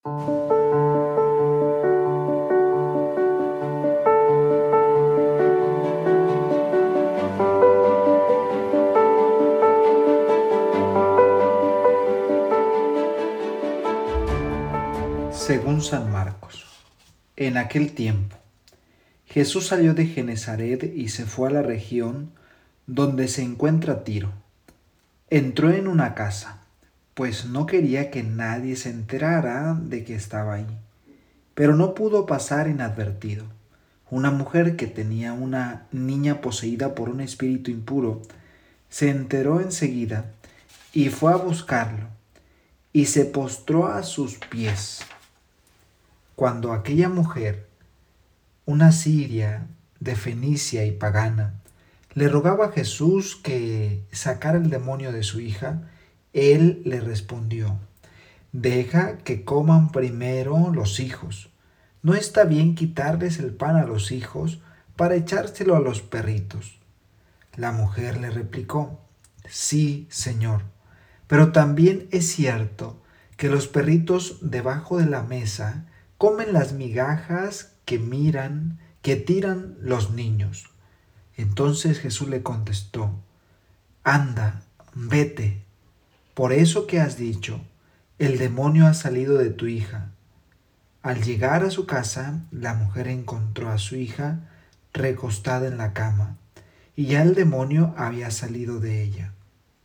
Según San Marcos, en aquel tiempo, Jesús salió de Genezaret y se fue a la región donde se encuentra Tiro. Entró en una casa, pues no quería que nadie se enterara de que estaba ahí, pero no pudo pasar inadvertido. Una mujer que tenía una niña poseída por un espíritu impuro se enteró enseguida y fue a buscarlo y se postró a sus pies. Cuando aquella mujer, una siria de Fenicia y pagana, le rogaba a Jesús que sacara el demonio de su hija, él le respondió: deja que coman primero los hijos. No está bien quitarles el pan a los hijos para echárselo a los perritos. La mujer le replicó: sí, Señor, pero también es cierto que los perritos debajo de la mesa comen las migajas que tiran los niños. Entonces Jesús le contestó: anda, vete, por eso que has dicho, el demonio ha salido de tu hija. Al llegar a su casa, la mujer encontró a su hija recostada en la cama, y ya el demonio había salido de ella.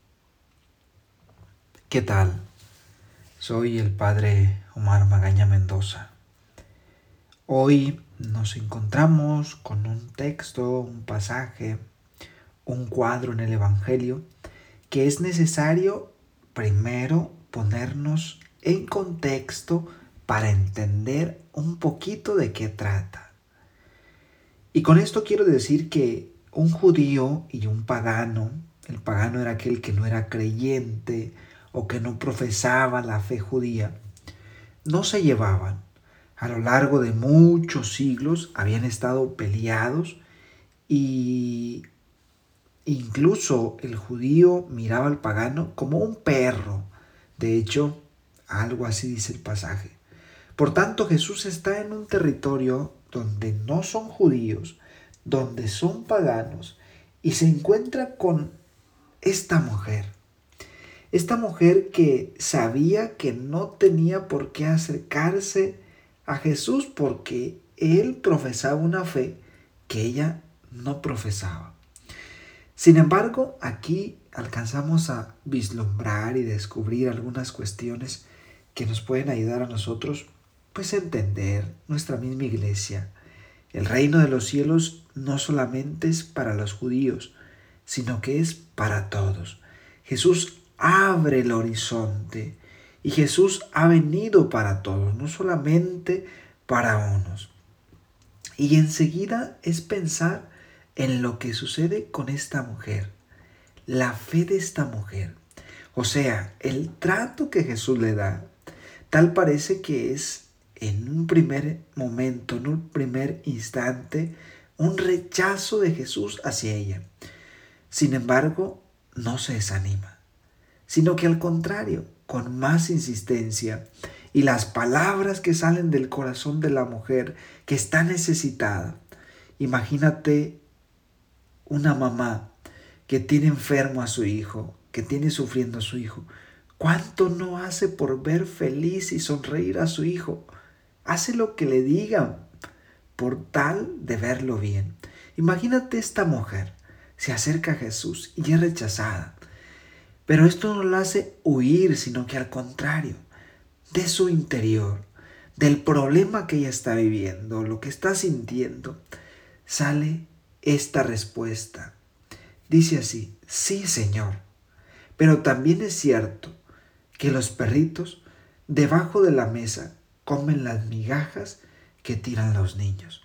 ¿Qué tal? Soy el padre Omar Magaña Mendoza. Hoy nos encontramos con un texto, un pasaje, un cuadro en el Evangelio que es necesario primero ponernos en contexto para entender un poquito de qué trata. Y con esto quiero decir que un judío y un pagano, el pagano era aquel que no era creyente o que no profesaba la fe judía, no se llevaban. A lo largo de muchos siglos habían estado peleados y incluso el judío miraba al pagano como un perro. De hecho, algo así dice el pasaje. Por tanto, Jesús está en un territorio donde no son judíos, donde son paganos, y se encuentra con esta mujer. Esta mujer que sabía que no tenía por qué acercarse a Jesús porque él profesaba una fe que ella no profesaba. Sin embargo, aquí alcanzamos a vislumbrar y descubrir algunas cuestiones que nos pueden ayudar a nosotros pues a entender nuestra misma iglesia. El reino de los cielos no solamente es para los judíos, sino que es para todos. Jesús abre el horizonte y Jesús ha venido para todos, no solamente para unos. Y enseguida es pensar en lo que sucede con esta mujer, la fe de esta mujer. O sea, el trato que Jesús le da, tal parece que es en un primer momento, en un primer instante, un rechazo de Jesús hacia ella. Sin embargo, no se desanima, sino que al contrario, con más insistencia, y las palabras que salen del corazón de la mujer que está necesitada. Imagínate una mamá que tiene enfermo a su hijo, que tiene sufriendo a su hijo. ¿Cuánto no hace por ver feliz y sonreír a su hijo? Hace lo que le digan por tal de verlo bien. Imagínate esta mujer, se acerca a Jesús y es rechazada. Pero esto no la hace huir, sino que al contrario, de su interior, del problema que ella está viviendo, lo que está sintiendo, sale esta respuesta. Dice así: sí, Señor, pero también es cierto que los perritos debajo de la mesa comen las migajas que tiran los niños.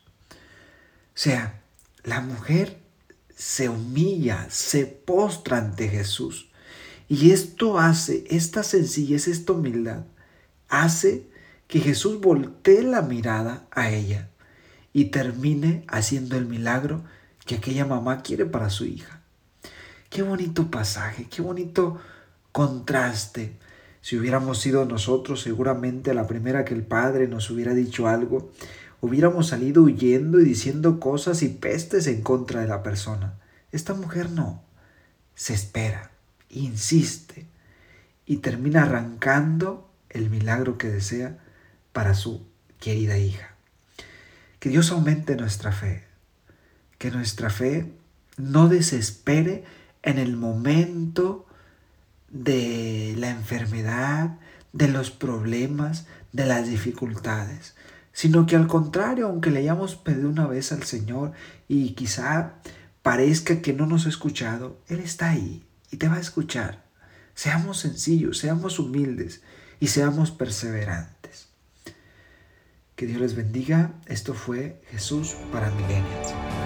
O sea, la mujer se humilla, se postra ante Jesús. Y esto hace, esta sencillez, esta humildad, hace que Jesús voltee la mirada a ella y termine haciendo el milagro que aquella mamá quiere para su hija. Qué bonito pasaje, qué bonito contraste. Si hubiéramos sido nosotros, seguramente a la primera que el Padre nos hubiera dicho algo, hubiéramos salido huyendo y diciendo cosas y pestes en contra de la persona. Esta mujer no, se espera, insiste y termina arrancando el milagro que desea para su querida hija. Que Dios aumente nuestra fe, que nuestra fe no desespere en el momento de la enfermedad, de los problemas, de las dificultades, sino que al contrario, aunque le hayamos pedido una vez al Señor y quizá parezca que no nos ha escuchado, Él está ahí y te va a escuchar. Seamos sencillos, seamos humildes y seamos perseverantes. Que Dios les bendiga. Esto fue Jesús para Millennials.